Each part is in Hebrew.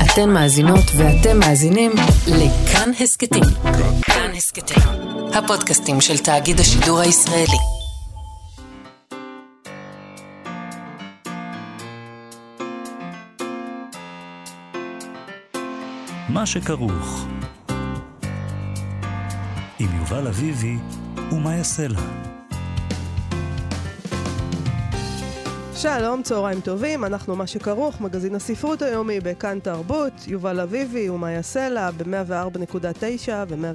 אתן מאזינות ואתם מאזינים לכאן הסקטים. כאן הסקטים, הפודקאסטים של תאגיד השידור הישראלי. מה שכרוך עם יובל אביבי ומה יעשה לה. שלום, צהריים טובים, אנחנו מה שכרוך, מגזין הספרות היומי בכאן תרבות, יובל אביבי ומה יעשה לה ב-104.9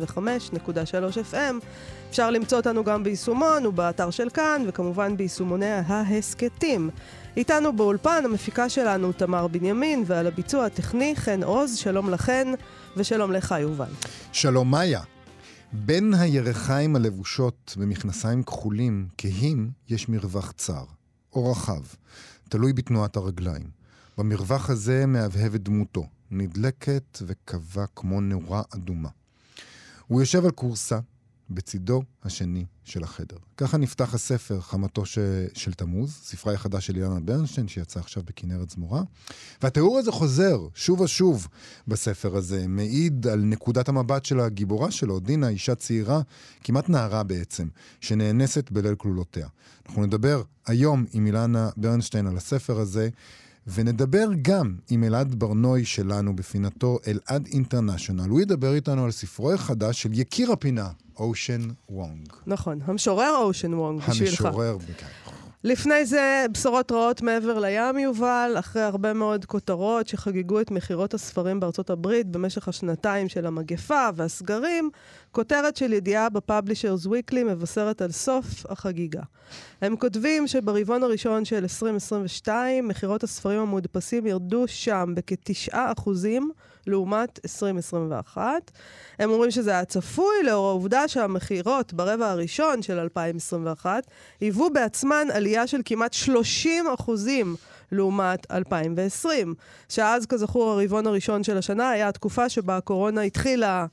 ו-105.3 FM. אפשר למצוא אותנו גם ביישומון ובאתר של כאן, וכמובן ביישומוני ההסקטים. איתנו באולפן המפיקה שלנו תמר בנימין, ועל הביצוע הטכני חן עוז. שלום לכן ושלום לך יובל. שלום מאיה. בין הירחיים הלבושות במכנסיים כחולים כהים יש מרווח צר או רחב, תלוי בתנועת הרגליים. במרווח הזה מהבהבת דמותו, נדלקת וקווה כמו נורה אדומה. הוא יושב על קורסה בצידו השני של החדר. ככה נפתח הספר חמתו של תמוז, ספרה החדש של אילנה ברנשטיין שיצא עכשיו בכנרת זמורה. והתיאור הזה חוזר שוב ושוב בספר הזה, מעיד על נקודת המבט של הגיבורה שלו, דינה, אישה צעירה, כמעט נערה בעצם, שנאנסת בליל כלולותיה. אנחנו נדבר היום עם אילנה ברנשטיין על הספר הזה, ונדבר גם עם אלעד ברנוי שלנו בפינתו אלעד אינטרנשיונל. הוא ידבר איתנו על ספרו החדש של יקיר הפינה, אושן וונג. נכון, המשורר אושן וונג בשבילך. המשורר, לפני זה בשורות רעות מעבר לים יובל, אחרי הרבה מאוד כותרות שחגגו את מחירות הספרים בארצות הברית במשך השנתיים של המגפה והסגרים, כותרת של ידיעה בפאבלישרס וויקלי מבשרת על סוף החגיגה. הם כותבים שברבעון הראשון של 2022 מחירות הספרים המודפסים ירדו שם בכ9% לעומת 2021. הם אומרים שזה היה צפוי לאור העובדה שהמחירות ברבע הראשון של 2021 היוו בעצמן עלייה של כמעט 30% לעומת 2020. שאז כזכור הרבעון הראשון של השנה היה התקופה שבה הקורונה התחילה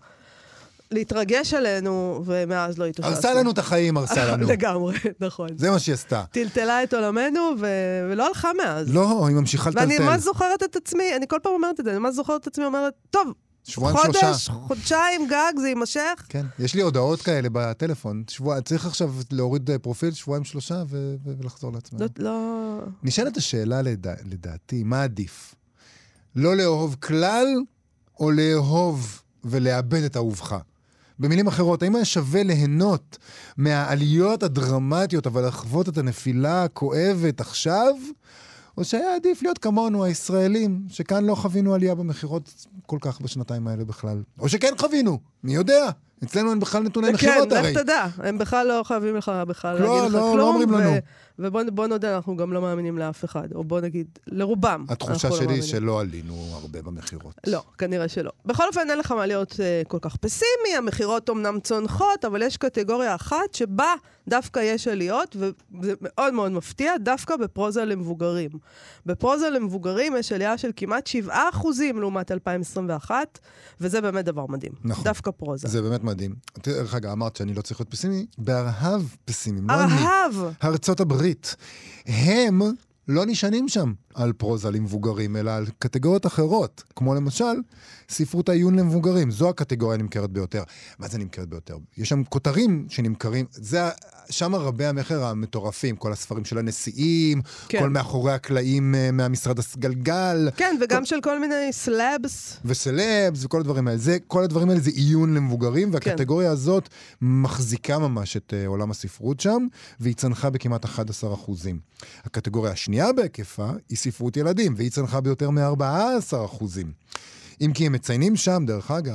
להתרגש עלינו, ומאז לא התרגשנו. הרסה לנו את החיים, הרסה לנו. לגמרי, נכון. זה מה שהיא עשתה. טלטלה את עולמנו, ולא הלכה מאז. לא, היא ממשיכה לטלטל. ואני מה זוכרת את עצמי, אני כל פעם אומרת את זה, אני מה זוכרת את עצמי אומרת, טוב, חודש, חודשיים גג, זה יימשך. כן, יש לי הודעות כאלה בטלפון. צריך עכשיו להוריד פרופיל, שבועיים שלושה, ולחזור לעצמנו. לא. נשאלת השאלה לדעתי, מה עדיף? לא לאהוב כלל, או לאהוב ולאבד את אהובך? במילים אחרות, האם היה שווה ליהנות מהעליות הדרמטיות, אבל לחוות את הנפילה הכואבת עכשיו, או שהיה עדיף להיות כמונו, הישראלים, שכאן לא חווינו עלייה במחירות כל כך בשנתיים האלה בכלל. או שכן חווינו, מי יודע? אצלנו אין בכלל נתוני מחירות הרי. כן, לך תדע, הם בכלל לא חייבים לך בכלל להגיד לך כלום. לא אומרים לנו. ובוא נודה, אנחנו גם לא מאמינים לאף אחד, או בוא נגיד, לרובם. התחושה שלי שלא עלינו הרבה במחירות. לא, כנראה שלא. בכל אופן אין לך מה להיות כל כך פסימי, המחירות אומנם צונחות, אבל יש קטגוריה אחת שבה דווקא יש עליות, וזה מאוד מאוד מפתיע, דווקא בפרוזה למבוגרים. בפרוזה למבוגרים יש עלייה של כמעט 7% לעומת 2021, וזה באמת דבר מדהים. נכון. דווקא פרוזה. זה באמת מדהים. רגע, אמרת שאני לא צריך להיות פסימי, בארהב פסימיים, לא ארהב! ארצות הברית. הם לא נשענים שם על פרוזה למבוגרים, אלא על קטגוריות אחרות, כמו למשל, ספרות העיון למבוגרים. זו הקטגוריה הנמכרת ביותר. מה זה נמכרת ביותר? יש שם כותרים שנמכרים, שם רבי המחר המטורפים, כל הספרים של הנשיאים, כן. כל מאחורי הקלעים מהמשרד הסגלגל. כן, וגם של כל מיני סלאבס. וסלאבס וכל הדברים האלה. כל הדברים האלה זה עיון למבוגרים, והקטגוריה כן. הזאת מחזיקה ממש את עולם הספרות שם, והיא צנחה בכמעט 11%. הקטגוריה השנייה בהיקפה היא ספרות ילדים, והיא צנחה ביותר מ-14%. אם כי הם מציינים שם, דרך אגב,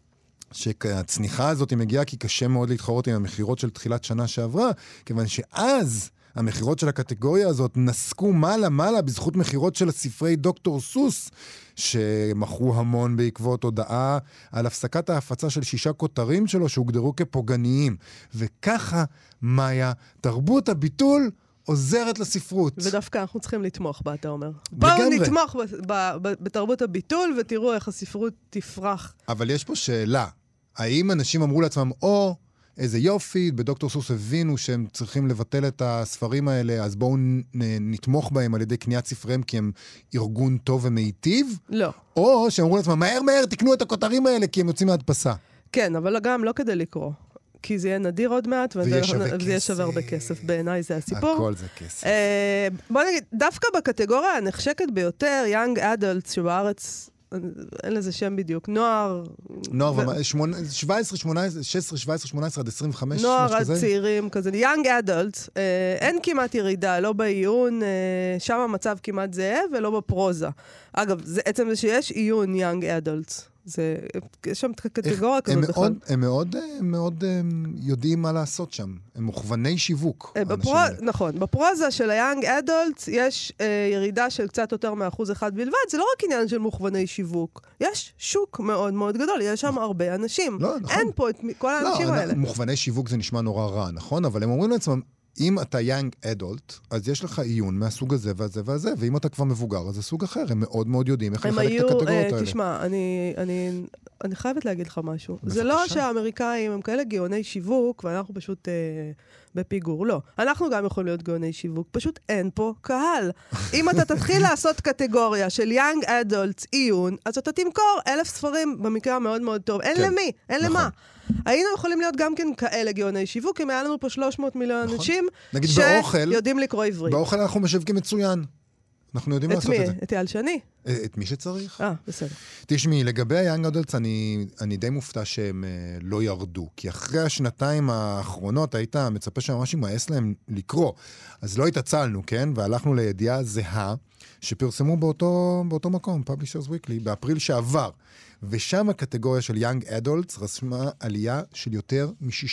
שהצניחה הזאת היא מגיעה כי קשה מאוד להתחרות עם המחירות של תחילת שנה שעברה, כיוון שאז המחירות של הקטגוריה הזאת נסקו מעלה בזכות מחירות של הספרי דוקטור סוס, שמכרו המון בעקבות הודעה על הפסקת ההפצה של 6 כותרים שלו שהוגדרו כפוגעניים. וככה, מאיה, תרבות הביטול עוזרת לספרות. ודווקא אנחנו צריכים לתמוך בה, אתה אומר. בואו נתמוך בתרבות הביטול ותראו איך הספרות תפרח. אבל יש פה שאלה. האם אנשים אמרו לעצמם, או איזה יופי, בדוקטור סוס הבינו שהם צריכים לבטל את הספרים האלה, אז בואו נתמוך בהם על ידי קניית ספריהם, כי הם ארגון טוב ומיטיב? לא. או שאמרו לעצמם, מהר, תקנו את הכותרים האלה, כי הם יוצאים מהדפסה. כן, אבל גם לא כדי לקרוא. כי זה יהיה נדיר עוד מעט, וזה יהיה שווה הרבה כסף. בעיניי זה הסיפור. הכל זה כסף. בוא נגיד, דווקא בקטגוריה הנחשקת ביותר, young adults שבארץ, אין לזה שם בדיוק, נוער... 17, 18 עד 25, נוער עד צעירים, כזה, young adults, אין כמעט ירידה, לא בעיון, שם המצב כמעט זהה, ולא בפרוזה. אגב, עצם זה שיש עיון young adults. יש שם קטגוריה כזאת בכלל. הם מאוד יודעים מה לעשות שם. הם מוכווני שיווק. נכון. בפרוזה של ה-young adults יש ירידה של קצת יותר מ1% בלבד. זה לא רק עניין של מוכווני שיווק. יש שוק מאוד מאוד גדול. יש שם הרבה אנשים. אין פה את כל האנשים האלה. מוכווני שיווק זה נשמע נורא רע, נכון? אבל הם אומרים לעצמם, אם אתה young adult, אז יש לך עיון מהסוג הזה והזה והזה, ואם אתה כבר מבוגר, אז זה סוג אחר. הם מאוד מאוד יודעים איך לחלק את הקטגוריות האלה. תשמע, אני חייבת להגיד לך משהו. זה לא שהאמריקאים הם כאלה גאוני שיווק, ואנחנו פשוט בפיגור. לא. אנחנו גם יכולים להיות גאוני שיווק. פשוט אין פה קהל. אם אתה תתחיל לעשות קטגוריה של young adults עיון, אז אתה תמכור 1,000 ספרים במקרה מאוד מאוד טוב. אין למי, אין למה. היינו יכולים להיות גם כן כאלה גאוני שיווק, אם היה לנו פה 300 מיליון אנשים שיודעים לקרוא עברית. באוכל אנחנו משווקים מצוין. אנחנו יודעים לעשות את זה. את יעל שני? את מי שצריך. בסדר. תשמעי, לגבי היאנג אדולטס, אני די מופתע שהם לא ירדו, כי אחרי השנתיים האחרונות היית מצפה שממש ימאס להם לקרוא. אז לא התעצלנו, כן? והלכנו לידיעה זהה, שפרסמו באותו מקום, Publishers Weekly, באפריל שעבר. ושם הקטגוריה של Young Adults רשמה עלייה של יותר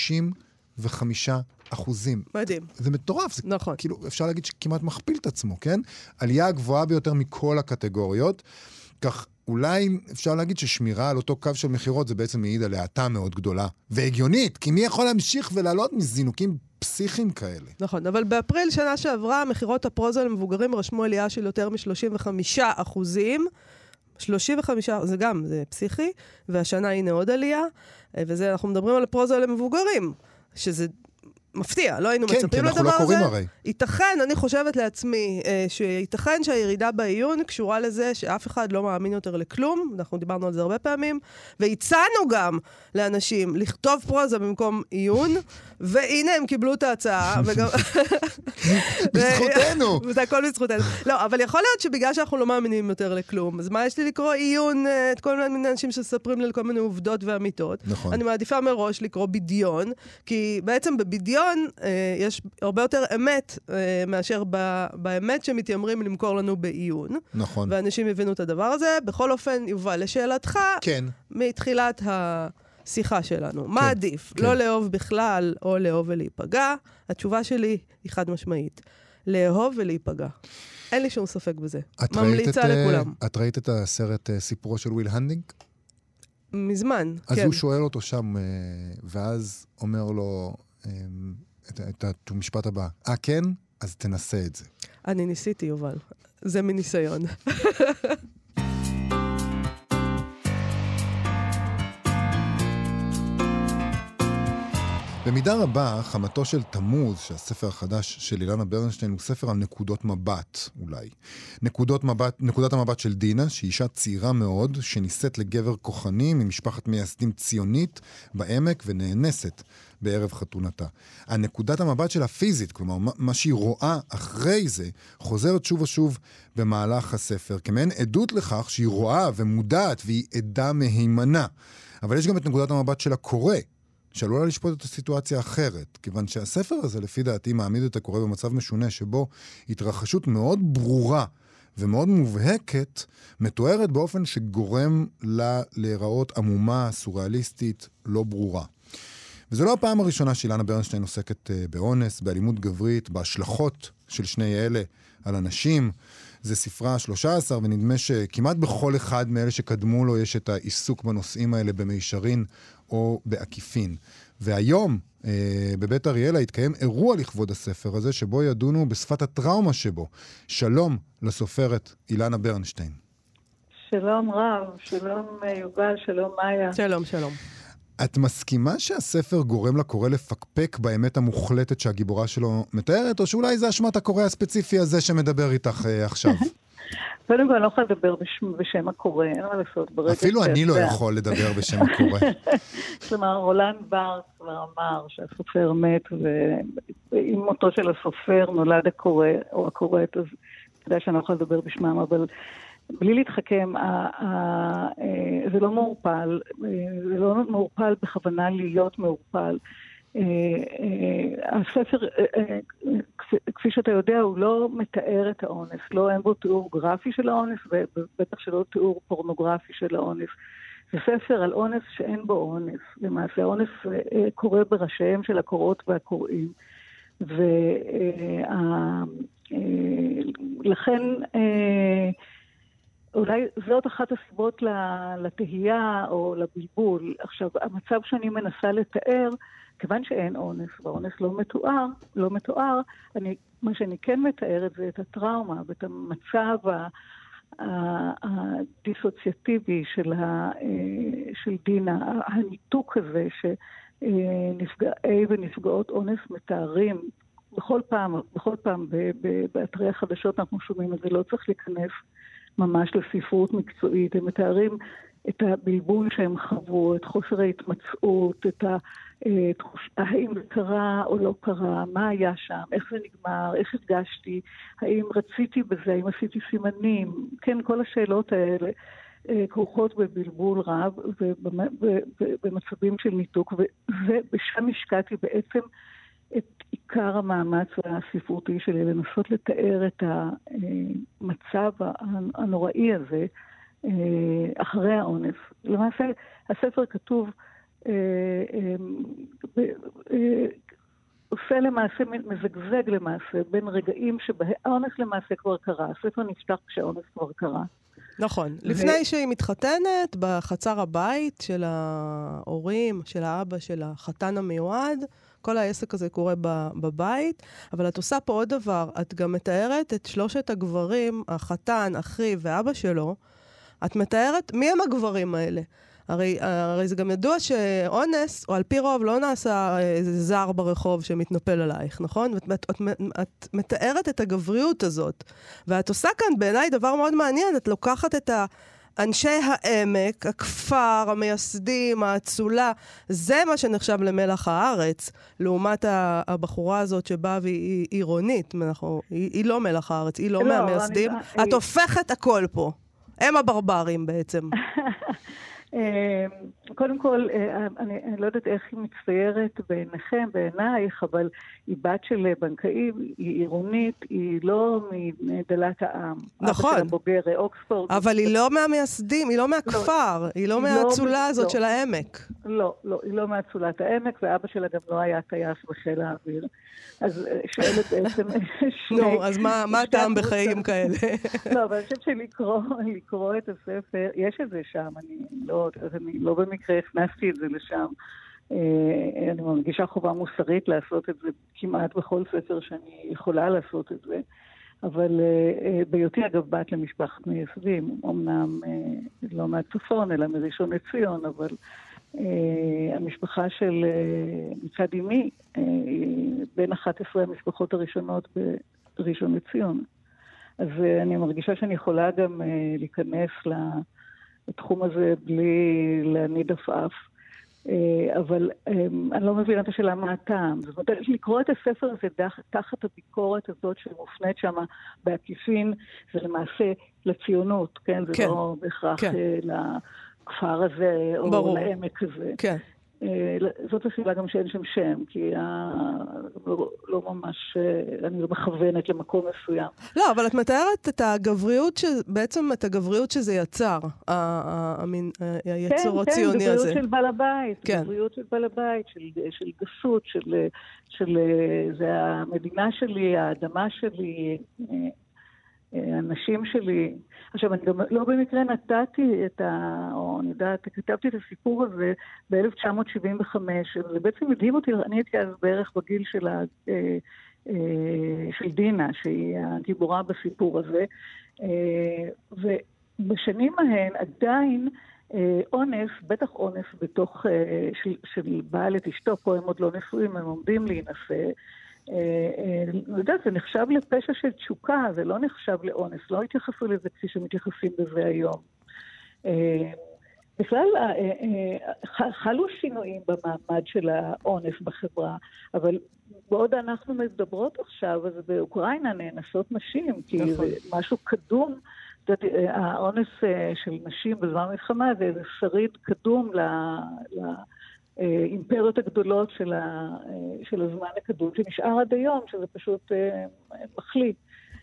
מ-65%. מדהים. זה מטורף. זה נכון. כאילו, אפשר להגיד שכמעט מכפיל את עצמו, כן? עלייה הגבוהה ביותר מכל הקטגוריות. כך, אולי אפשר להגיד ששמירה על אותו קו של מחירות זה בעצם מעיד על האטה מאוד גדולה. והגיונית, כי מי יכול להמשיך ולעלות מזינוקים פסיכיים כאלה? נכון, אבל באפריל שנה שעברה, מחירות הפרוזה למבוגרים רשמו עלייה של יותר מ-35%. 35, זה גם, זה פסיכי, והשנה הנה עוד עלייה, וזה, אנחנו מדברים על הפרוזה למבוגרים, שזה מפתיע, לא היינו מצפים לדבר הזה. כן, כי אנחנו לא קוראים הרי. ייתכן, אני חושבת לעצמי, שייתכן שהירידה בעיון קשורה לזה שאף אחד לא מאמין יותר לכלום, אנחנו דיברנו על זה הרבה פעמים, והצענו גם לאנשים לכתוב פרוזה במקום עיון, והנה הם קיבלו את ההצעה, וגם... בזכותנו! זה הכל בזכותנו. לא, אבל יכול להיות שבגלל שאנחנו לא מאמינים יותר לכלום, אז מה יש לי לקרוא עיון, את כל מיני אנשים שספרים לי על כל מיני עובדות ואמיתות. נכון. אני מעדיפה מראש לקרוא בדיון, כי בעצם בבדיון יש הרבה יותר אמת מאשר באמת שמתיימרים למכור לנו בעיון. נכון. ואנשים הבינו את הדבר הזה. בכל אופן, יובל, לשאלתך, כן. מתחילת שיחה שלנו. מה עדיף? לא לאהוב בכלל או לאהוב ולהיפגע? התשובה שלי היא חד משמעית. לאהוב ולהיפגע. אין לי שום ספק בזה. ממליצה לכולם. את ראית את הסרט סיפורו של וויל הנדינג? מזמן, אז כן. הוא שואל אותו שם, ואז אומר לו את המשפט הבא, כן? אז תנסה את זה. אני ניסיתי, יובל. זה מניסיון. במידה רבה, חמתו של תמוז, שהספר החדש של אילנה ברנשטיין, הוא ספר על נקודות מבט, אולי. נקודת המבט של דינה, שהיא אישה צעירה מאוד, שניסית לגבר כוחני ממשפחת מייסדים ציונית בעמק ונאנסת בערב חתונתה. הנקודת המבט שלה פיזית, כלומר, מה שהיא רואה אחרי זה, חוזרת שוב ושוב במהלך הספר, כמעין עדות לכך שהיא רואה ומודעת והיא עדה מהימנה. אבל יש גם את נקודת המבט של הקורא, שעלולה לשפוט את הסיטואציה האחרת, כיוון שהספר הזה, לפי דעתי, מעמיד את הקורא במצב משונה, שבו התרחשות מאוד ברורה ומאוד מובהקת, מתוארת באופן שגורם לה להיראות עמומה, סוריאליסטית, לא ברורה. וזו לא הפעם הראשונה שאילנה ברנשטיין עוסקת באונס, באלימות גברית, בהשלכות של שני אלה על אנשים. זה ספרה 13, ונדמה שכמעט בכל אחד מאלה שקדמו לו יש את העיסוק בנושאים האלה במישרין או בעקיפין. והיום בבית אריאלה התקיים אירוע לכבוד הספר הזה, שבו ידונו בשפת הטראומה שבו. שלום לסופרת אילנה ברנשטיין. שלום רב, שלום יובל, שלום מאיה. שלום, שלום. את מסכימה שהספר גורם לקורא לפקפק באמת המוחלטת שהגיבורה שלו מתארת, או שאולי זה אשמת הקורא הספציפי הזה שמדבר איתך עכשיו? קודם כל, אני לא יכולה לדבר בשם הקורא, אין מה לעשות ברגע. אפילו אני לא יכול לדבר בשם הקורא. כלומר, רולנד בארת' כבר אמר שהסופר מת, ועם מותו של הסופר נולד הקורא, או הקוראת, אז אתה יודע שאני לא יכולה לדבר בשמם, אבל בלי להתחכם, זה לא מעורפל, זה לא מעורפל בכוונה להיות מעורפל. הספר, כפי שאתה יודע, הוא לא מתאר את האונס, לא אין בו תיאור גרפי של האונס, ובטח שלא תיאור פורנוגרפי של האונס. זה ספר על אונס שאין בו אונס. למעשה, האונס קורה בראשיהם של הקוראות והקוראים. ולכן, אולי זאת אחת הסיבות לתהייה או לבלבול. עכשיו, המצב שאני מנסה לתאר, כיוון שאין אונס, והאונס לא מתואר, מה שאני כן מתארת זה את הטראומה ואת המצב הדיסוציאטיבי של דינה, הניתוק הזה שנפגעי ונפגעות אונס מתארים. בכל פעם באתרי החדשות אנחנו שומעים את זה, לא צריך להיכנס ממש לספרות מקצועית, הם מתארים את הבלבול שהם חוו, את חוסר ההתמצאות, את האם זה קרה או לא קרה, מה היה שם, איך זה נגמר, איך הרגשתי, האם רציתי בזה, האם עשיתי סימנים, כן, כל השאלות האלה כרוכות בבלבול רב ובמצבים של ניתוק, ובשם השקעתי בעצם את עיקר המאמץ הספרותי שלי, לנסות לתאר את המצב הנוראי הזה אחרי האונס. למעשה, הספר כתוב, עושה למעשה, מזגזג למעשה, בין רגעים שהאונס למעשה כבר קרה. הספר נפתח כשהאונס כבר קרה. נכון. לפני שהיא מתחתנת, בחצר הבית של ההורים, של האבא, של החתן המיועד, כל העסק הזה קורה בבית, אבל את עושה פה עוד דבר, את גם מתארת את שלושת הגברים, החתן, אחי ואבא שלו, את מתארת מי הם הגברים האלה. הרי זה גם ידוע שאונס, או על פי רוב, לא נעשה איזה זר ברחוב שמתנפל עלייך, נכון? את מתארת את הגבריות הזאת, ואת עושה כאן בעיניי דבר מאוד מעניין, את לוקחת את אנשי העמק, הכפר, המייסדים, האצולה, זה מה שנחשב למלח הארץ, לעומת הבחורה הזאת שבאה והיא עירונית, היא לא מלח הארץ, היא לא מהמייסדים, את הופכת הכל פה. הם הברברים בעצם. קודם כל, אני לא יודעת איך היא מצטיירת בעיניכם, בעינייך, אבל היא בת של בנקאי, היא עירונית, היא לא מדלת העם. נכון. אבא שלה בוגר אוקספורד. אבל היא לא מהמייסדים, היא לא מהכפר, היא לא מהאצולה הזאת של העמק. לא, היא לא מהאצולת העמק, ואבא שלה גם לא היה טייס בחיל האוויר. אז שואלת בעצם... נו, אז מה הטעם בחיים כאלה? לא, אבל אני חושבת שלקרוא את הספר, יש את זה שם, אני לא במקרה הכנסתי את זה לשם. אני מרגישה חובה מוסרית לעשות את זה כמעט בכל ספר שאני יכולה לעשות את זה. אבל בהיותי אגב בת למשפחת מייסדים, אמנם לא מהצפון אלא מראשון לציון, אבל המשפחה של מצד אמי היא בין 11 המשפחות הראשונות בראשון לציון. אז אני מרגישה שאני יכולה גם להיכנס לתחום הזה בלי להניד עפעף. אבל אני לא מבינה את השאלה מה הטעם. זאת אומרת, לקרוא את הספר הזה תחת הביקורת הזאת שמופנית שם בעקיפין, זה למעשה לציונות, כן? זה לא בהכרח לכפר הזה או לעמק הזה. כן. זאת הסיבה גם שאין שם, כי לא ממש, אני לא מכוונת למקום מסוים. לא, אבל את מתארת את הגבריות, בעצם את הגבריות שזה יצר, היצור הציוני הזה. כן, גבריות של בעל הבית, גבריות של בעל הבית, של גסות, זה המדינה שלי, האדמה שלי, האנשים שלי. עכשיו, אני גם לא במקרה נתתי או אני יודעת, כתבתי את הסיפור הזה ב-1975, וזה בעצם מדהים אותי, אני הייתי אז בערך בגיל של דינה, שהיא הגיבורה בסיפור הזה, ובשנים ההן עדיין אונס, בטח אונס בתוך, של בעל את אשתו, פה הם עוד לא נשואים, הם עומדים להינשא, זה נחשב לפשע של תשוקה, זה לא נחשב לאונס, לא התייחסו לזה כפי שמתייחסים בזה היום. בכלל, חלו שינויים במעמד של האונס בחברה, אבל בעוד אנחנו מדברות עכשיו, אז באוקראינה נאנסות נשים, כי זה משהו קדום, האונס של נשים בזמן מלחמה זה שריד קדום לאימפריות הגדולות של הזמן הקדום, שנשאר עד היום, שזה פשוט מחליא.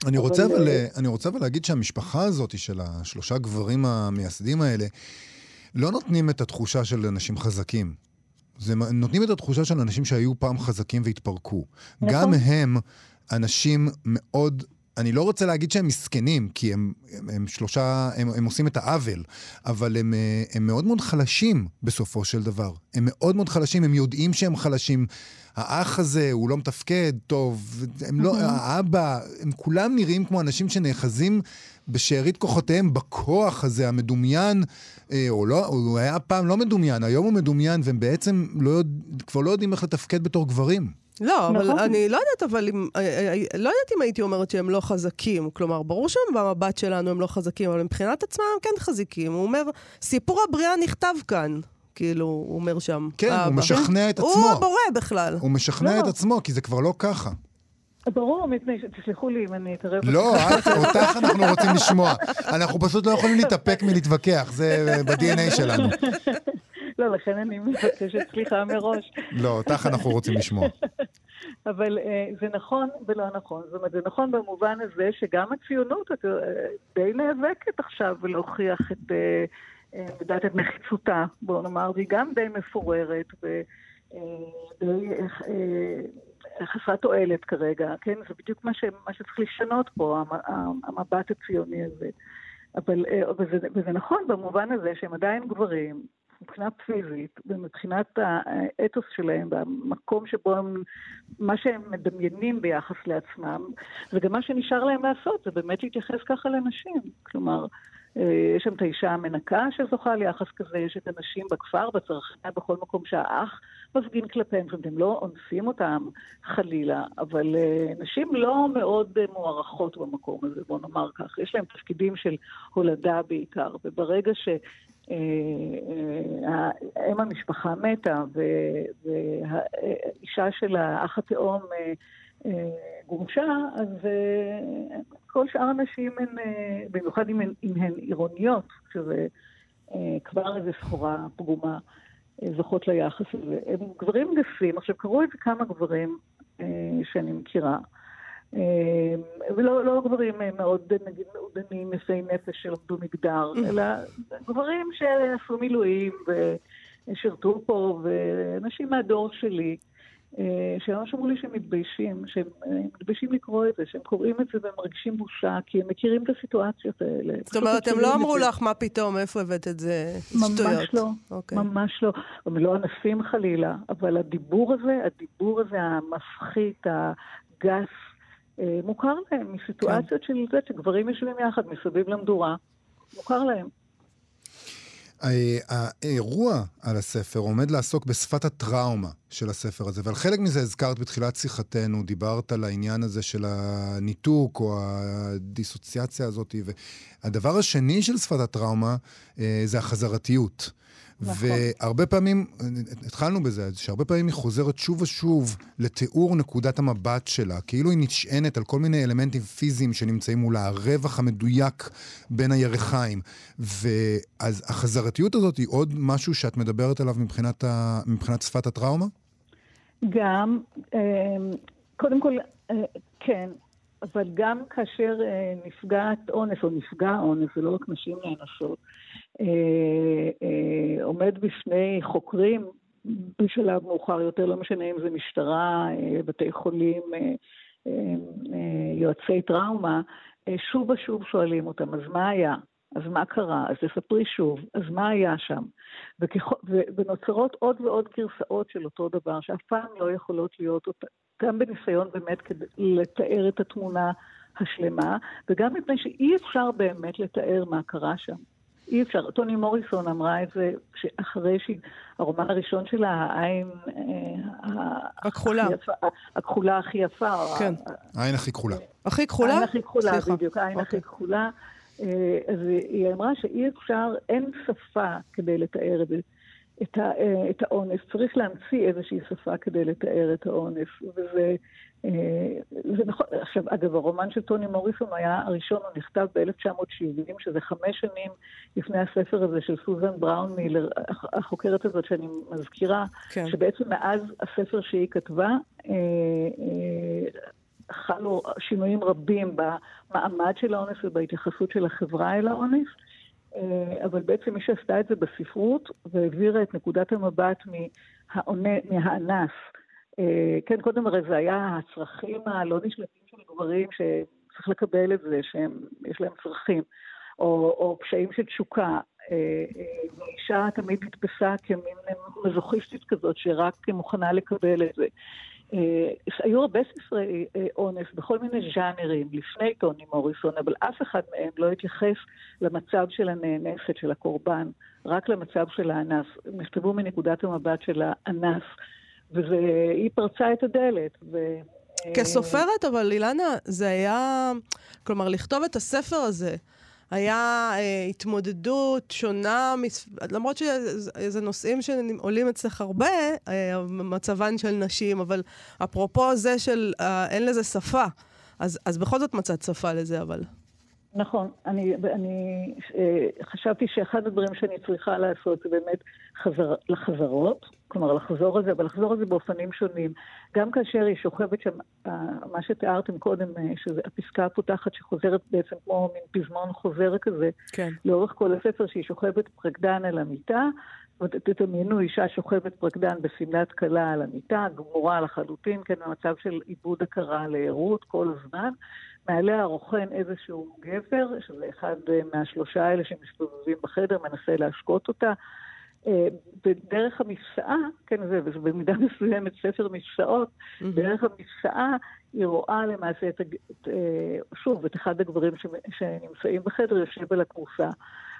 אני רוצה להגיד שהמשפחה הזאת של השלושה גברים המייסדים האלה, לא נותנים את התחושה של אנשים חזקים. נותנים את התחושה של אנשים שהיו פעם חזקים והתפרקו. נכון. גם הם אנשים מאוד, אני לא רוצה להגיד שהם מסכנים, כי הם שלושה, הם עושים את העוול, אבל הם מאוד מאוד חלשים בסופו של דבר. הם מאוד מאוד חלשים, הם יודעים שהם חלשים. האח הזה הוא לא מתפקד טוב, הם לא, האבא, הם כולם נראים כמו אנשים שנאחזים בשארית כוחותיהם בכוח הזה המדומיין, או לא, הוא היה פעם לא מדומיין, היום הוא מדומיין, והם בעצם כבר לא יודעים איך לתפקד בתור גברים. לא, אבל אני לא יודעת, לא יודעת אם הייתי אומרת שהם לא חזקים. כלומר, ברור שהם במבט שלנו הם לא חזקים, אבל מבחינת עצמם הם כן חזקים. הוא אומר, סיפור הבריאה נכתב כאן. כאילו, הוא אומר שם. כן, הוא משכנע את עצמו. הוא הבורא בכלל. הוא משכנע את עצמו, כי זה כבר לא ככה. ברור, תסלחו לי אם אני אתערב. לא, אותך אנחנו רוצים לשמוע. אנחנו פשוט לא יכולים להתאפק מלהתווכח, זה ב-DNA שלנו. לא, לכן אני מבקשת סליחה מראש. לא, אותך אנחנו רוצים לשמוע. אבל זה נכון ולא נכון. זאת אומרת, זה נכון במובן הזה שגם הציונות די נאבקת עכשיו ולהוכיח את נחיצותה, בואו נאמר, והיא גם די מפוררת ודי חסרת תועלת כרגע, כן? זה בדיוק מה שצריך לשנות פה, המבט הציוני הזה. וזה נכון במובן הזה שהם עדיין גברים, מבחינה פיזית, ומבחינת האתוס שלהם, במקום שבו הם, מה שהם מדמיינים ביחס לעצמם, וגם מה שנשאר להם לעשות, זה באמת להתייחס ככה לנשים. כלומר, יש שם את האישה המנקה שזוכה ליחס כזה, יש את הנשים בכפר, בצרכיה, בכל מקום שהאח מפגין כלפיהם, הם לא אונסים אותם חלילה, אבל נשים לא מאוד מוערכות במקום הזה, בוא נאמר כך. יש להם תפקידים של הולדה בעיקר, וברגע אם המשפחה מתה, והאישה של האח התאום גורשה, אז כל שאר הנשים הן, במיוחד אם הן עירוניות, שזה כבר איזו סחורה פגומה, זוכות ליחס הזה. הם גברים גסים, עכשיו קראו את זה כמה גברים שאני מכירה, ולא גברים מאוד, נגיד, מעודנים, יפי נפש שלמדו מגדר, אלא גברים שעשו מילואים ושירתו פה, ואנשים מהדור שלי, שממש אמרו לי שהם מתביישים לקרוא את זה, שהם קוראים את זה והם מרגישים בושה, כי הם מכירים את הסיטואציות האלה. זאת אומרת, הם לא אמרו לך מה פתאום, איפה הבאת את זה שטויות? ממש לא. הם לא אנסים חלילה, אבל הדיבור הזה המפחית, הגס, מוכר להם מסיטואציות של זה, שגברים יושבים יחד מסביב למדורה, מוכר להם. האירוע על הספר עומד לעסוק בשפת הטראומה של הספר הזה, ועל חלק מזה הזכרת בתחילת שיחתנו, דיברת על העניין הזה של הניתוק או הדיסוציאציה הזאת, והדבר השני של שפת הטראומה זה החזרתיות. והרבה פעמים, התחלנו בזה, שהרבה פעמים היא חוזרת שוב ושוב לתיאור נקודת המבט שלה, כאילו היא נשענת על כל מיני אלמנטים פיזיים שנמצאים מולה, הרווח המדויק בין הירחיים. ואז החזרתיות הזאת היא עוד משהו שאת מדברת עליו מבחינת שפת הטראומה? גם, קודם כל, כן, אבל גם כאשר נפגעת אונס או נפגע אונס, זה לא רק נשים נאנסות, עומד בפני חוקרים בשלב מאוחר יותר, לא משנה אם זה משטרה, בתי חולים, יועצי טראומה, שוב ושוב שואלים אותם, אז מה היה? אז מה קרה? אז תספרי שוב, אז מה היה שם? ונוצרות עוד ועוד גרסאות של אותו דבר, שאף פעם לא יכולות להיות אותה, גם בניסיון באמת כדי לתאר את התמונה השלמה, וגם מפני שאי אפשר באמת לתאר מה קרה שם. אי אפשר. טוני מוריסון אמרה את זה אחרי שהרומן הראשון שלה, העין הכחולה. הכחולה הכי יפה. כן. העין הכי כחולה. הכי כחולה? העין הכי כחולה, בדיוק, העין הכי כחולה. אז היא אמרה שאי אפשר, אין שפה כדי לתאר את האונס. צריך להמציא איזושהי שפה כדי לתאר את האונס. וזה נכון. עכשיו, אגב, הרומן של טוני מוריסון היה הראשון, הוא נכתב ב-1970, שזה 5 שנים לפני הספר הזה של סוזן בראון מילר, החוקרת הזאת שאני מזכירה, כן. שבעצם מאז הספר שהיא כתבה, חלו שינויים רבים במעמד של האונס ובהתייחסות של החברה אל האונס, אבל בעצם מי שעשתה את זה בספרות והעבירה את נקודת המבט מהאנס. כן, קודם הרי זה היה הצרכים הלא נשלטים של גברים שצריך לקבל את זה, שיש להם צרכים, או פשעים של תשוקה. ואישה תמיד נתפסה כמין מזוכיסטית כזאת שרק מוכנה לקבל את זה. היו הרבה ספרי אונס בכל מיני ז'אנרים לפני טוני מוריסון, אבל אף אחד מהם לא התייחס למצב של הנאנסת, של הקורבן, רק למצב של האנס. נכתבו מנקודת המבט של האנס, והיא פרצה את הדלת. כסופרת, אבל אילנה, זה היה, כלומר, לכתוב את הספר הזה, היה התמודדות שונה, למרות שזה נושאים שעולים אצלך הרבה, מצבן של נשים, אבל אפרופו זה של אין לזה שפה, אז בכל זאת מצאת שפה לזה, אבל. נכון, אני חשבתי שאחד הדברים שאני צריכה לעשות זה באמת לחזרות, כלומר לחזור על זה, אבל לחזור על זה באופנים שונים. גם כאשר היא שוכבת שם, מה שתיארתם קודם, שזה הפסקה הפותחת שחוזרת בעצם כמו מין פזמון חוזר כזה, כן. לאורך כל הספר שהיא שוכבת פרקדן על המיטה, ותדמיינו אישה שוכבת פרקדן בסמלת קלה על המיטה, גמורה לחלוטין, כן, במצב של עיבוד הכרה לערות כל הזמן, מעליה רוכן איזשהו גבר, שזה אחד מהשלושה האלה שמסתובבים בחדר, מנסה להשקות אותה, בדרך המפסעה, כן, זה במידה מסוימת ספר מפסעות, בדרך המפסעה היא רואה למעשה את אחד הגברים שנמצאים בחדר, יושב על הכורסה.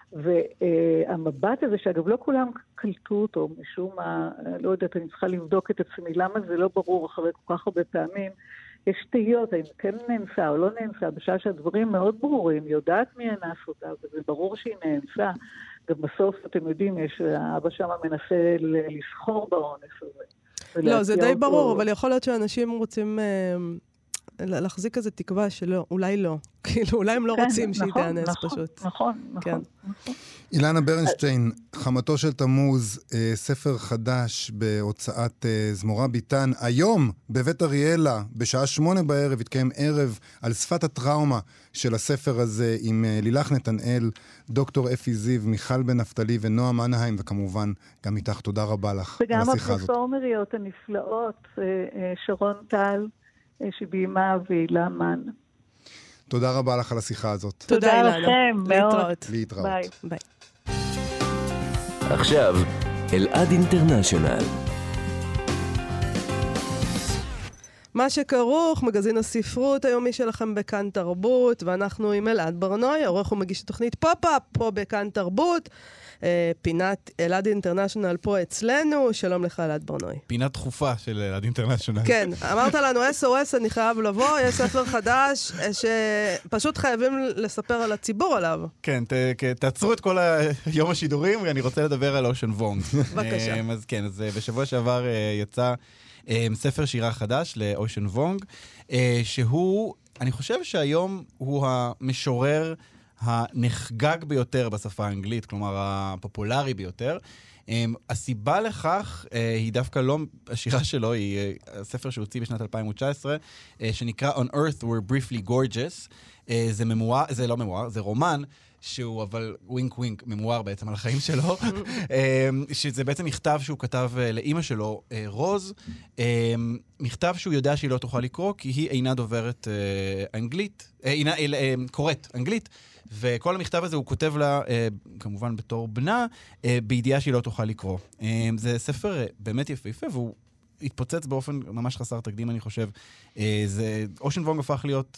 והמבט הזה, שאגב לא כולם קלטו אותו, משום מה, לא יודעת, אני צריכה לבדוק את עצמי, למה זה לא ברור אחרי כל כך הרבה פעמים, יש תהיות, האם כן נאנסה או לא נאנסה, בשעה שהדברים מאוד ברורים, יודעת מי אנס אותה, וזה ברור שהיא נאנסה, גם בסוף, אתם יודעים, האבא שם מנסה לסחור באונס הזה. לא, זה די ברור, אבל יכול להיות שאנשים רוצים להחזיק איזו תקווה שלא, אולי לא. כאילו, אולי הם לא רוצים שהיא תאנס פשוט. נכון. אילנה ברנשטיין, חמתו של תמוז, ספר חדש בהוצאת זמורה ביטן. היום, בבית אריאלה, בשעה 8 בערב, התקיים ערב על שפת הטראומה של הספר הזה, עם לילך נתנאל, דוקטור אפי זיו, מיכל בן נפתלי ונועה מנהיים, וכמובן, גם איתך, תודה רבה לך על השיחה הזאת. וגם הפרפורמריות הנפלאות, שרון טל, שביימה והילה מן. תודה רבה לך על השיחה הזאת. תודה לכם, מאוד. להתראות. ביי. עכשיו, אלעד אינטרנשיונל. מה שכרוך, מגזין הספרות היומי שלכם בכאן תרבות, ואנחנו עם אלעד ברנוי, עורך ומגיש תוכנית פופ-אפ פה בכאן תרבות, פינת אלעד אינטרנשיונל פה אצלנו. שלום לך אלעד ברנוי. פינה דחופה של אלעד אינטרנשיונל. כן, אמרת לנו SOS, אני חייב לבוא, יש ספר חדש שפשוט חייבים לספר על הציבור עליו. כן, תעצרו את כל יום השידורים, ואני רוצה לדבר על אושן וונג. בבקשה. אז כן, אז בשבוע שעבר יצא ספר שירה חדש לאושן וונג, שהוא, אני חושב שהיום הוא המשורר הנחגג ביותר בשפה האנגלית, כלומר הפופולרי ביותר. הסיבה לכך היא דווקא לא השירה שלו, היא הספר שהוציא בשנת 2019, שנקרא On Earth We're Briefly Gorgeous. זה ממואר, זה לא ממואר, זה רומן, שהוא אבל ווינק ווינק ממואר בעצם על החיים שלו, שזה בעצם מכתב שהוא כתב לאמא שלו, רוז, מכתב שהוא יודע שהיא לא תוכל לקרוא, כי היא אינה דוברת אנגלית, קוראת אנגלית, וכל המכתב הזה הוא כותב לה, כמובן בתור בנה, בידיעה שהיא לא תוכל לקרוא. זה ספר באמת יפהפה, והוא התפוצץ באופן ממש חסר תקדים, אני חושב. אושן וונג הפך להיות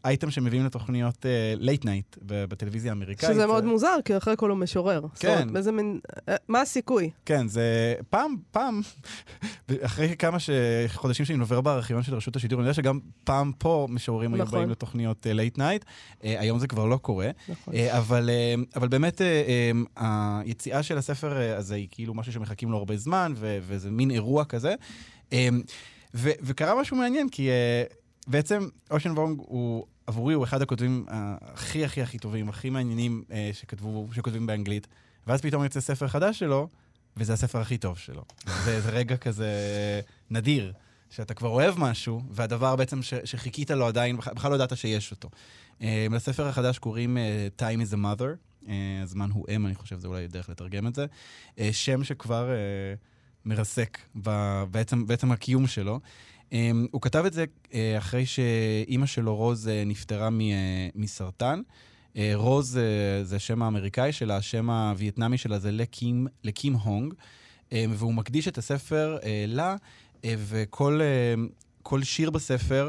אייטם שמביאים לתוכניות late night בטלוויזיה האמריקאית. שזה מאוד מוזר, כי אחרי כל הוא משורר. כן. באיזה מין... מה הסיכוי? כן, זה פעם, אחרי כמה חודשים שאני נובר בארכיון של רשות השידור, אני יודע שגם פעם פה משוררים היו באים לתוכניות late night, היום זה כבר לא קורה, אבל באמת היציאה של הספר הזה היא כאילו משהו שמחכים לו הרבה זמן, וזה מין אירוע כזה, וקרה משהו מעניין, כי בעצם אושן וונג עבורי הוא אחד הכותבים הכי טובים, הכי מעניינים שכותבים באנגלית, ואז פתאום יוצא ספר חדש שלו, וזה הספר הכי טוב שלו. זה רגע כזה נדיר, שאתה כבר אוהב משהו, והדבר בעצם שחיכית לו עדיין, בכלל לא ידעת שיש אותו. לספר החדש קוראים Time is a Mother, הזמן הוא אם, אני חושב, זה אולי דרך לתרגם את זה. שם שכבר מרסק בעצם הקיום שלו. הוא כתב את זה אחרי שאימא שלו, רוז, נפטרה מסרטן. רוז זה השם האמריקאי שלה, השם הווייטנאמי שלה זה לקים הונג, והוא מקדיש את הספר לה, וכל שיר בספר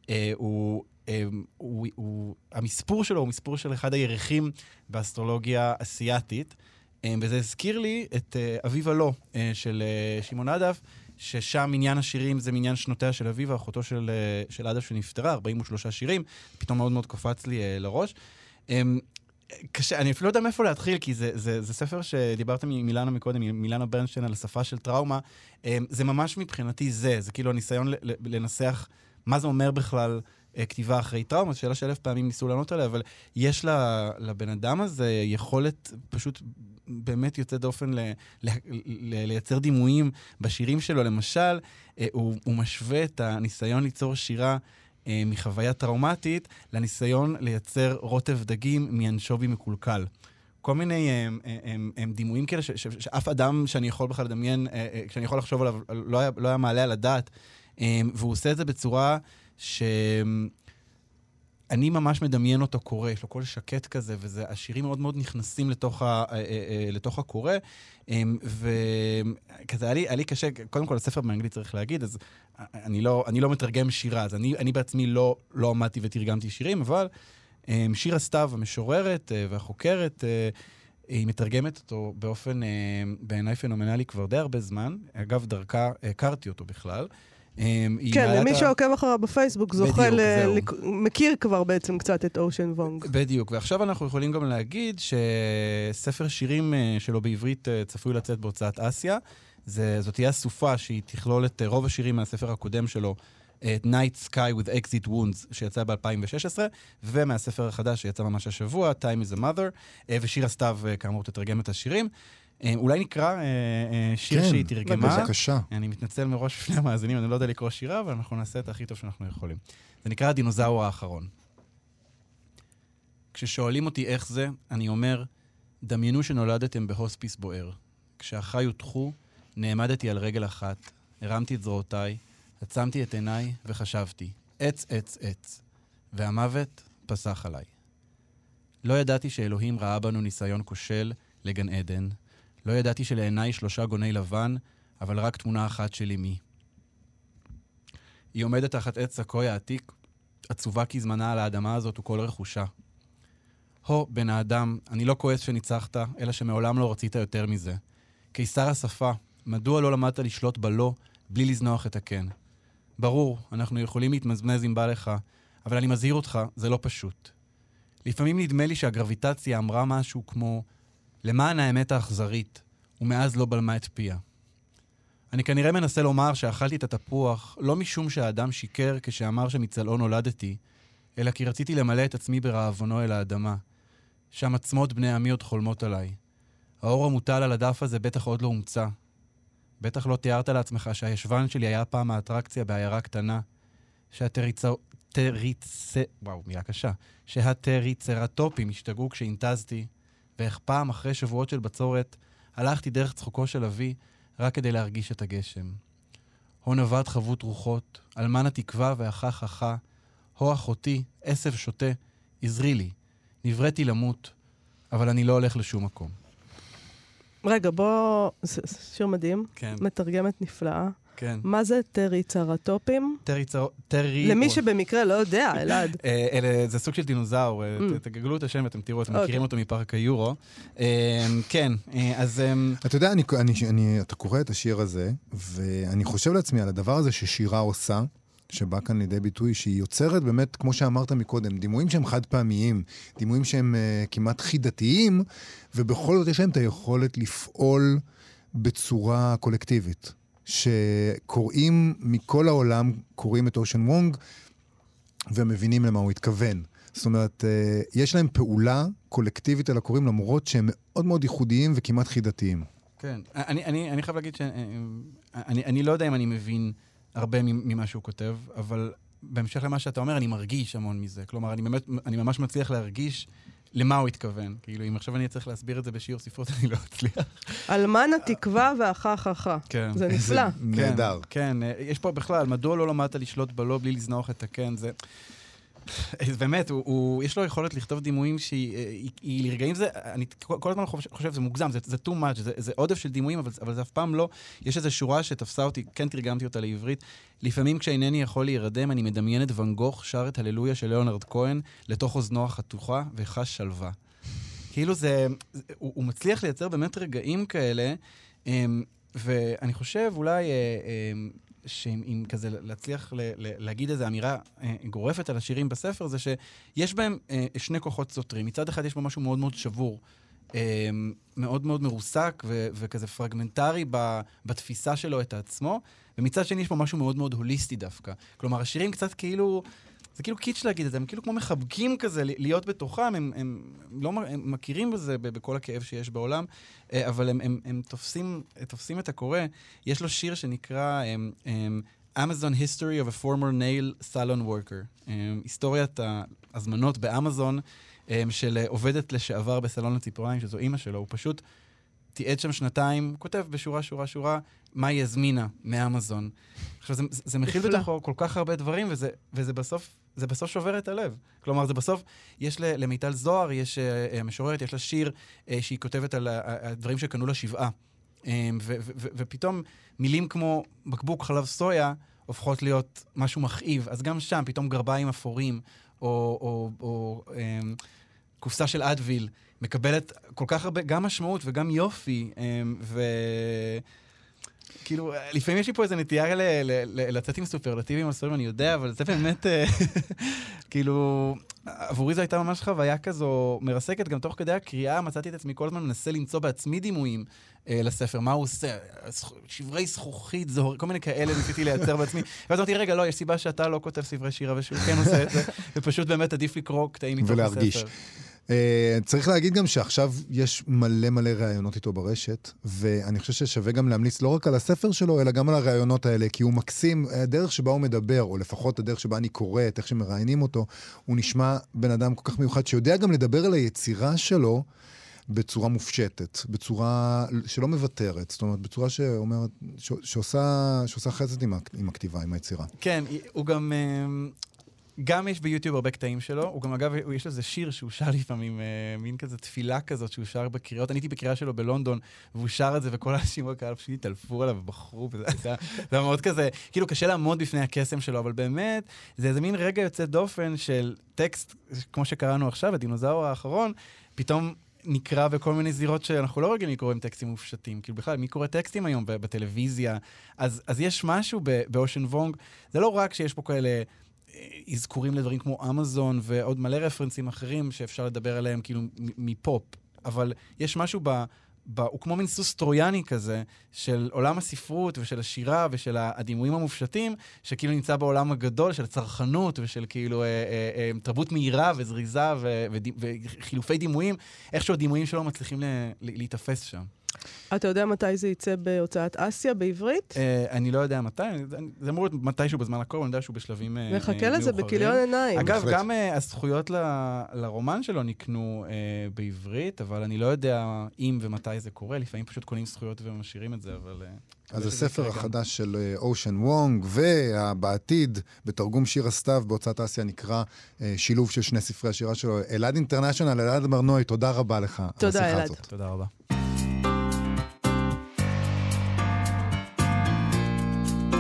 המספור שלו הוא מספור של אחד הירחים באסטרולוגיה אסיאטית, וזה הזכיר לי את אביבה לא של שמעון עדף, ששם מניין השירים זה מניין שנותיה של אביבה, אחותו של עדף שנפטרה, 43 שירים, פתאום מאוד מאוד קפץ לי לראש. קשה, אני אפילו לא יודע מאיפה להתחיל, כי זה ספר שדיברתם מילנה מקודם, מילנה ברנשטיין על השפה של טראומה, זה ממש מבחינתי זה כאילו הניסיון לנסח מה זה אומר בכלל כתיבה אחרי טראומה, זו שאלה ש1,000 פעמים ניסו לענות עליה, אבל יש לבן אדם הזה יכולת פשוט באמת יוצא דופן לייצר דימויים בשירים שלו. למשל, הוא משווה את הניסיון ליצור שירה מחוויה טראומטית לניסיון לייצר רוטב דגים מאנשובי מקולקל. כל מיני דימויים כאלה שאף אדם שאני יכול בכלל לדמיין, כשאני יכול לחשוב עליו, לא היה מעלה על הדעת, והוא עושה את זה בצורה שאני ממש מדמיין אותו קורא, יש לו קול שקט כזה, והשירים מאוד מאוד נכנסים לתוך הקורא, וכזה היה לי קשה, קודם כל הספר באנגלית צריך להגיד, אז אני לא מתרגם שירה, אז אני בעצמי לא עמדתי ותרגמתי שירים, אבל שיר הסתיו המשוררת והחוקרת, היא מתרגמת אותו באופן בעיניי פנומנלי כבר די הרבה זמן, אגב דרכה הכרתי אותו בכלל, כן, למי שעוקב אחריו בפייסבוק זוכה, מכיר כבר בעצם קצת את אושן וונג. בדיוק, ועכשיו אנחנו יכולים גם להגיד שספר שירים שלו בעברית צפוי לצאת בהוצאת אסיה, זאת תהיה סופה שהיא תכלול את רוב השירים מהספר הקודם שלו, את Night Sky with Exit Wounds, שיצא ב-2016, ומהספר החדש שיצא ממש השבוע, Time is a Mother, ושיר הסתיו כאמור תתרגם את השירים. אולי נקרא שיר שהיא תרגמה. בבקשה. אני מתנצל מראש בפני המאזינים, אני לא יודע לקרוא שירה, אבל אנחנו נעשה את הכי טוב שאנחנו יכולים. זה נקרא הדינוזאור האחרון. כששואלים אותי איך זה, אני אומר, דמיינו שנולדתם בהוספיס בוער. כשאחיי הותחו, נעמדתי על רגל אחת, הרמתי את זרועותיי, עצמתי את עיניי וחשבתי, עץ, עץ, עץ. והמוות פסח עליי. לא ידעתי שאלוהים ראה בנו ניסיון כושל לגן עדן. לא ידעתי שלעיניי 3 גוני לבן, אבל רק תמונה אחת של אמי. היא עומדת תחת עץ סקוי העתיק, עצובה כי זמנה על האדמה הזאת וכל רכושה. הו, בן האדם, אני לא כועס שניצחת, אלא שמעולם לא רצית יותר מזה. קיסר השפה, מדוע לא למדת לשלוט בלא, בלי לזנוח את הכן? ברור, אנחנו יכולים להתמזמז אם בא לך, אבל אני מזהיר אותך, זה לא פשוט. לפעמים נדמה לי שהגרביטציה אמרה משהו כמו, למען האמת האכזרית, ומאז לא בלמה את פיה. אני כנראה מנסה לומר שאכלתי את התפוח, לא משום שהאדם שיקר כשאמר שמצלעו נולדתי, אלא כי רציתי למלא את עצמי ברעבונו אל האדמה. שם עצמות בני עמי עוד חולמות עליי. האור המוטל על הדף הזה בטח עוד לא הומצא. בטח לא תיארת לעצמך שהישבן שלי היה פעם האטרקציה בעיירה קטנה, שהטריצרטופים השתגעו כשהנטזתי, ואיך פעם אחרי שבועות של בצורת הלכתי דרך צחוקו של אבי רק כדי להרגיש את הגשם. הו נבד חבות רוחות, אלמן התקווה והחכה, הו אחותי, עשב שוטה, עזרי לי, נבראתי למות, אבל אני לא הולך לשום מקום. רגע, בוא, שיר מדהים, כן. מתרגמת נפלאה. כן. מה זה טריצרטופים? טרי... למי שבמקרה לא יודע, אלעד. זה סוג של דינוזאור, תגלו את השם ואתם תראו, אתם מכירים אותו מפארק היורו. כן, אז... אתה יודע, אתה קורא את השיר הזה, ואני חושב לעצמי על הדבר הזה ששירה עושה, שבא כאן לידי ביטוי, שהיא יוצרת באמת, כמו שאמרת מקודם, דימויים שהם חד פעמיים, דימויים שהם כמעט חידתיים, ובכל זאת יש להם את היכולת לפעול בצורה קולקטיבית. שקוראים מכל העולם, קוראים את אושן וונג, ומבינים למה הוא התכוון. זאת אומרת, יש להם פעולה קולקטיבית על הקוראים, למרות שהם מאוד מאוד ייחודיים וכמעט חידתיים. כן, אני חייב להגיד שאני לא יודע אם אני מבין הרבה ממה שהוא כותב, אבל בהמשך למה שאתה אומר, אני מרגיש המון מזה. כלומר, אני ממש מצליח להרגיש למה הוא התכוון. כאילו, אם עכשיו אני צריך להסביר את זה בשיעור ספרות, אני לא אצליח. אלמן התקווה והחככה. כן. זה נפלא. נהדר. כן, יש פה בכלל, מדוע לא למדת לשלוט בלא בלי לזנוח את הכן, זה... באמת, יש לו יכולת לכתוב דימויים שהיא לרגעים זה, אני כל הזמן חושב, זה מוגזם, זה too much, זה עודף של דימויים, אבל זה אף פעם לא. יש איזו שורה שתפסה אותי, כן תרגמתי אותה לעברית, לפעמים כשאינני יכול להירדם, אני מדמיין את ואן גוך שר את הללויה של ליאונרד כהן, לתוך אוזנו החתוכה, וחש שלווה. כאילו הוא מצליח לייצר באמת רגעים כאלה, ואני חושב אולי... שאם כזה להצליח להגיד איזו אמירה גורפת על השירים בספר, זה שיש בהם שני כוחות סותרים. מצד אחד יש בו משהו מאוד מאוד שבור, מאוד מאוד מרוסק וכזה פרגמנטרי בתפיסה שלו את עצמו, ומצד שני יש פה משהו מאוד מאוד הוליסטי דווקא. כלומר, השירים קצת כאילו... זה כאילו קיץ' להגיד את זה, הם כאילו כמו מחבקים כזה להיות בתוכם, הם מכירים בזה בכל הכאב שיש בעולם, אבל הם תופסים את הקורא. יש לו שיר שנקרא Amazon History of a Former Nail Salon Worker, היסטוריית ההזמנות באמזון של עובדת לשעבר בסלון הציפורניים, שזו אימא שלו, הוא פשוט תיעד שם שנתיים, כותב בשורה, מה היא הזמינה מאמזון. עכשיו, זה מכיל בתוכו כל כך הרבה דברים, וזה בסוף שובר את הלב. כלומר, זה בסוף, יש למיטל זוהר, יש משוררת, יש לה שיר שהיא כותבת על הדברים שקנו לה 7. ופתאום מילים כמו בקבוק חלב סויה הופכות להיות משהו מכאיב. אז גם שם, פתאום גרביים אפורים, או קופסה של אדוויל, מקבלת כל כך הרבה, גם משמעות וגם יופי, כאילו, לפעמים יש לי פה איזו נטייה לצאת עם סופרלטיבים על ספרים, אני יודע, אבל זה באמת, כאילו, עבורי זו הייתה ממש חוויה כזו מרסקת, גם תוך כדי הקריאה מצאתי את עצמי כל הזמן מנסה למצוא בעצמי דימויים לספר, מה הוא עושה, שברי זכוכית, כל מיני כאלה ניסיתי לייצר בעצמי, ואז אמרתי, רגע, לא, יש סיבה שאתה לא כותב ספרי שירה ושהוא כן עושה את זה, ופשוט באמת עדיף לקרוא קטעים מתוך הספר. צריך להגיד גם שעכשיו יש מלא ראיונות איתו ברשת, ואני חושב ששווה גם להמליץ לא רק על הספר שלו, אלא גם על הראיונות האלה, כי הוא מקסים, הדרך שבה הוא מדבר, או לפחות הדרך שבה אני קורא, את איך שמראיינים אותו, הוא נשמע בן אדם כל כך מיוחד, שיודע גם לדבר על היצירה שלו, בצורה מופשטת, בצורה שלא מבטרת, זאת אומרת, בצורה שאומרת, שעושה חסד עם הכתיבה, עם היצירה. כן, הוא גם יש ביוטיוב הרבה קטעים שלו, הוא גם אגב, יש לזה שיר שהוא שר לפעמים, מין כזה תפילה כזאת שהוא שר בקריאות, אני הייתי בקריאה שלו בלונדון, והוא שר את זה, וכל האנשים בקהל פשוט התעלפו עליו ובחרו, זה היה מאוד כזה, כאילו קשה לעמוד בפני הקסם שלו, אבל באמת, זה איזה מין רגע יוצא דופן של טקסט, כמו שקראנו עכשיו, הדינוזאור האחרון, פתאום נקרא בכל מיני זירות שאנחנו לא רגילים לקרוא עם טקסטים מופשטים, כאילו בכלל, מי קורא טקסטים היום בטלוויזיה? אז יש משהו באושן וונג, זה לא רק שיש פה כאלה אזכורים לדברים כמו אמזון ועוד מלא רפרנסים אחרים שאפשר לדבר עליהם כאילו מפופ, אבל יש משהו הוא כמו מין סוס טרויאני כזה של עולם הספרות ושל השירה ושל הדימויים המופשטים שכאילו נמצא בעולם הגדול של הצרכנות ושל כאילו תרבות מהירה וזריזה וחילופי דימויים, איכשהו הדימויים שלו מצליחים להתאפס שם. אתה יודע מתי זה יצא בהוצאת אסיה בעברית? אני לא יודע מתי, זה אמור להיות מתישהו בזמן הקרוב, אני יודע שהוא בשלבים מאוחרים. מחכה לזה בכיליון עיניים. אגב, גם הזכויות לרומן שלו נקנו בעברית, אבל אני לא יודע אם ומתי זה קורה, לפעמים פשוט קונים זכויות ומשאירים את זה, אבל... אז הספר החדש של אושן וונג, ובעתיד, בתרגום שיר הסתיו בהוצאת אסיה, נקרא שילוב של שני ספרי השירה שלו. אלעד אינטרנשיונל, אלעד מרנוי, תודה רבה לך. תודה, אלעד. תודה רבה.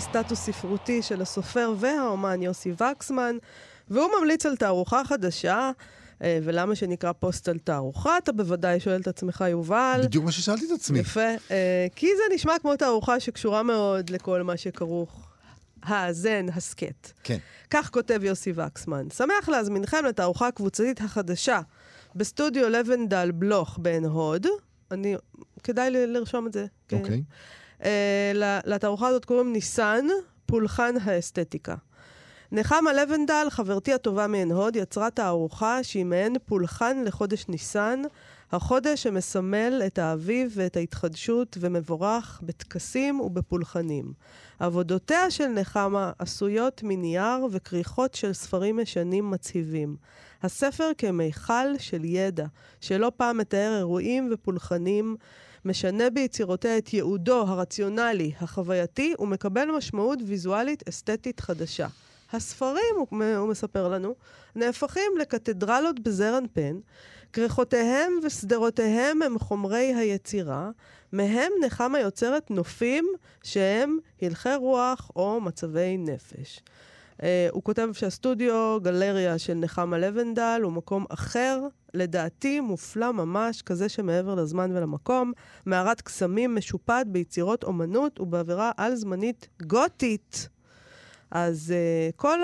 סטטוס ספרותי של הסופר והאומן יוסי וקסמן, והוא ממליץ על תערוכה חדשה, ולמה שנקרא פוסט על תערוכה? אתה בוודאי שואל את עצמך, יובל. בדיוק מה ששאלתי את עצמי. יפה. כי זה נשמע כמו תערוכה שקשורה מאוד לכל מה שכרוך. האזן, הסקט. כן. כך כותב יוסי וקסמן. שמח להזמינכם לתערוכה הקבוצתית החדשה בסטודיו לבנדל בלוך בעין הוד. כדאי לרשום את זה. אוקיי. לתערוכה הזאת קוראים ניסן, פולחן האסתטיקה. נחמה לבנדל, חברתי הטובה מעין הוד, יצרה תערוכה שהיא מעין פולחן לחודש ניסן, החודש שמסמל את האביב ואת ההתחדשות ומבורך בטקסים ובפולחנים. עבודותיה של נחמה עשויות מנייר וכריכות של ספרים ישנים מצהיבים. הספר כמיכל של ידע, שלא פעם מתאר אירועים ופולחנים, משנה ביצירותיה את ייעודו הרציונלי, החווייתי, ומקבל משמעות ויזואלית אסתטית חדשה. הספרים, הוא מספר לנו, נהפכים לקתדרלות בזר אנפין, כריכותיהם וסדרותיהם הם חומרי היצירה, מהם נחמה יוצרת נופים שהם הלכי רוח או מצבי נפש. הוא כותב שהסטודיו, גלריה של נחמה לבנדל, הוא מקום אחר, לדעתי מופלא ממש, כזה שמעבר לזמן ולמקום, מערת קסמים משופט ביצירות אומנות ובאווירה על זמנית גותית. אז כל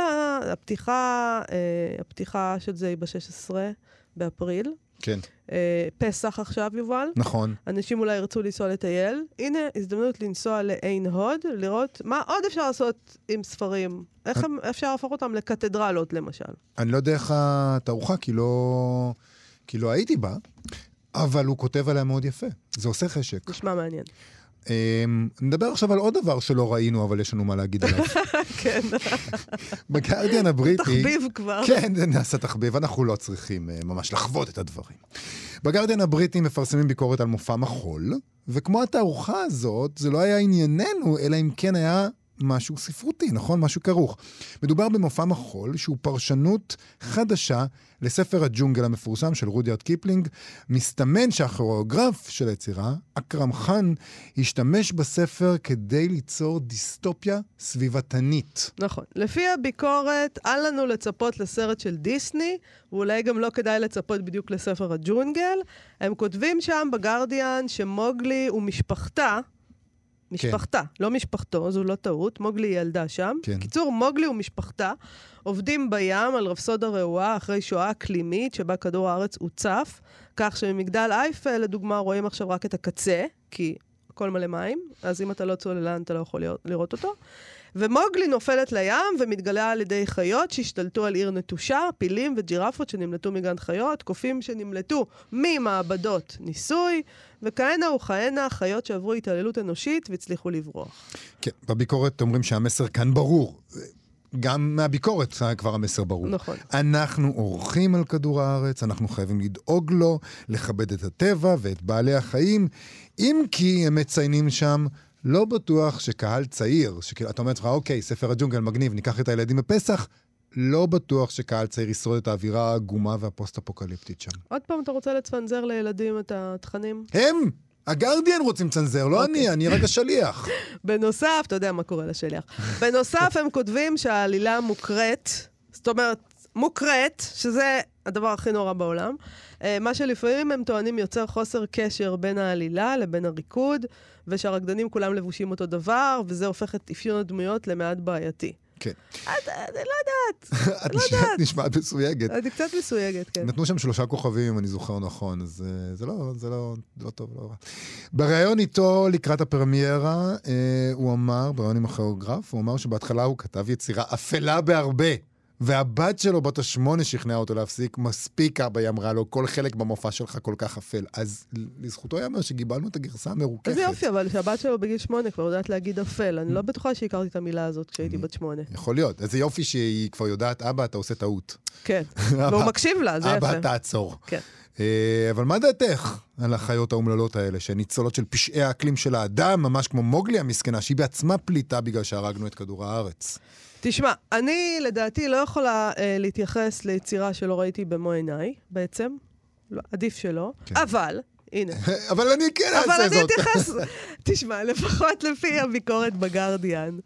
הפתיחה של זה היא ב-16 באפריל. כן. פסח עכשיו, יובל. נכון. אנשים אולי ירצו לנסוע לטייל. הנה, הזדמנות לנסוע לעין הוד, לראות מה עוד אפשר לעשות עם ספרים. איך אפשר להפוך אותם לקתדרלות, למשל. אני לא יודע איך התערוכה, כי לא הייתי בה, אבל הוא כותב עליה מאוד יפה. זה עושה חשק. נשמע מעניין. נדבר עכשיו על עוד דבר שלא ראינו, אבל יש לנו מה להגיד עליו. כן. בגרדיאן הבריטי... תחביב כבר. כן, נעשה תחביב, אנחנו לא צריכים ממש לחוות את הדברים. בגרדיאן הבריטי מפרסמים ביקורת על מופע מחול, וכמו התערוכה הזאת, זה לא היה ענייננו, אלא אם כן היה משהו ספרותי, נכון? משהו כרוך. מדובר במופע מחול, שהוא פרשנות חדשה לספר הג'ונגל המפורסם של רודיארד קיפלינג. מסתמן שהכוריאוגרף של היצירה, אכרם חאן, השתמש בספר כדי ליצור דיסטופיה סביבתנית. נכון. לפי הביקורת, אל לנו לצפות לסרט של דיסני, ואולי גם לא כדאי לצפות בדיוק לספר הג'ונגל. הם כותבים שם בגרדיאן שמוגלי ומשפחתה, משפחתה, לא משפחתו, זו לא טעות, מוגלי ילדה שם. כן. קיצור, מוגלי ומשפחתה עובדים בים על רפסוד הרעועה אחרי שואה אקלימית שבה כדור הארץ הוצף, כך שממגדל אייפל, לדוגמה, רואים עכשיו רק את הקצה, כי הכל מלא מים, אז אם אתה לא צוללן, אתה לא יכול לראות אותו. ומוגלי נופלת לים ומתגלה על ידי חיות שהשתלטו על עיר נטושה, פילים וג'ירפות שנמלטו מגן חיות, קופים שנמלטו ממעבדות ניסוי, וכהנה וכהנה חיות שעברו התעללות אנושית והצליחו לברוח. כן, בביקורת אומרים שהמסר כאן ברור. גם מהביקורת כבר המסר ברור. נכון. אנחנו אורחים על כדור הארץ, אנחנו חייבים לדאוג לו, לכבד את הטבע ואת בעלי החיים, אם כי הם מציינים שם, לא בטוח שקהל צעיר, אתה אומר לך, אוקיי, ספר הג'ונגל מגניב, ניקח את הילדים בפסח, לא בטוח שקהל צעיר ישרוד את האווירה העגומה והפוסט-אפוקליפטית שם. עוד פעם אתה רוצה לצנזר לילדים את התכנים? הם! הגרדיאן רוצים צנזר, לא אני רק השליח. בנוסף, אתה יודע מה קורה לשליח. בנוסף, הם כותבים שהעלילה מוקראת, זאת אומרת, מוקראת, שזה הדבר הכי נורא בעולם, מה שלפעמים הם טוענים יוצר חוסר קשר בין העלילה לבין הריקוד, ושהרקדנים כולם לבושים אותו דבר, וזה הופך את אפיון הדמויות למעט בעייתי. כן. אני לא יודעת. את נשמעת מסויגת. אני קצת מסויגת, כן. נתנו שם 3 כוכבים, אם אני זוכר נכון, אז זה לא טוב, לא רע. בריאיון איתו לקראת הפרמיירה, הוא אמר, בריאיון עם הכוריאוגרף, הוא אמר שבהתחלה הוא כתב יצירה אפלה בהרבה, והבת שלו בת 8 שכנעה אותו להפסיק, מספיק אבא, היא אמרה לו, כל חלק במופע שלך כל כך אפל. אז לזכותו יאמר שגיבלנו את הגרסה המרוככת. אז יופי, אבל שהבת שלו בגיל 8 כבר יודעת להגיד אפל. אני לא בטוחה שהכרתי את המילה הזאת כשהייתי בת 8. יכול להיות. איזה יופי שהיא כבר יודעת, אבא, אתה עושה טעות. כן. והוא מקשיב לה, זה יפה. אבא, תעצור. כן. אבל מה דעתך על החיות האומללות האלה, שניצולות של פשעי האקלים של האדם, ממש כמו מוגלי המסכנה, שהיא בעצמה פליטה בגלל שהרגנו את כדור הארץ? תשמע, אני לדעתי לא יכולה להתייחס ליצירה שלא ראיתי במו עיניי, בעצם. לא, עדיף שלא. כן. אבל, הנה. אבל אני כן אעשה זאת. אבל אני אתייחס, תשמע, לפחות לפי הביקורת בגרדיאן,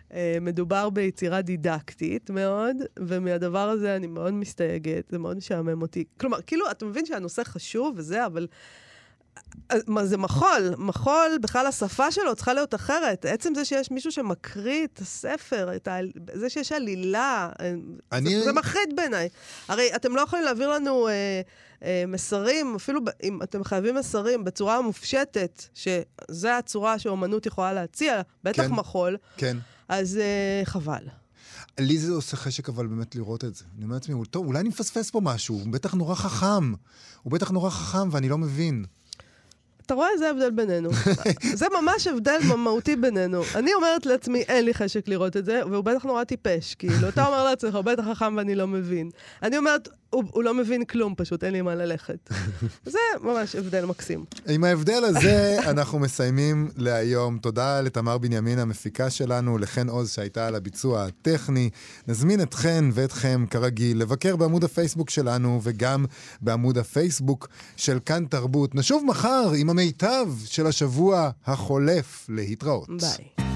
מדובר ביצירה דידקטית מאוד, ומהדבר הזה אני מאוד מסתייגת, זה מאוד משעמם אותי. כלומר, כאילו, אתה מבין שהנושא חשוב וזה, אבל מה זה מחול? מחול, בכלל השפה שלו צריכה להיות אחרת. עצם זה שיש מישהו שמקריא את הספר, זה שיש עלילה, זה מחריד בעיניי. הרי אתם לא יכולים להעביר לנו מסרים, אפילו אם אתם חייבים מסרים בצורה מופשטת, שזו הצורה שאומנות יכולה להציע, בטח מחול, אז חבל. לי זה עושה חשק אבל באמת לראות את זה. אני אומר לעצמי, טוב, אולי אני מפספס פה משהו, הוא בטח נורא חכם. הוא בטח נורא חכם ואני לא מבין. אתה רואה? זה הבדל בינינו. זה ממש הבדל מהותי בינינו. אני אומרת לעצמי, אין לי חשק לראות את זה, והוא בטח נורא טיפש, כאילו, אתה אומר לעצמך, הוא בטח חכם ואני לא מבין. אני אומרת, הוא לא מבין כלום, פשוט אין לי מה ללכת. זה ממש הבדל מקסים. עם ההבדל הזה אנחנו מסיימים להיום. תודה לתמר בנימין, המפיקה שלנו, לחן עוז שהייתה על הביצוע הטכני. נזמין אתכן ואתכם כרגיל לבקר בעמוד הפייסבוק שלנו, וגם בעמוד הפייסבוק של כאן תרבות. נשוב מחר עם המיטב של השבוע החולף. להתראות. ביי.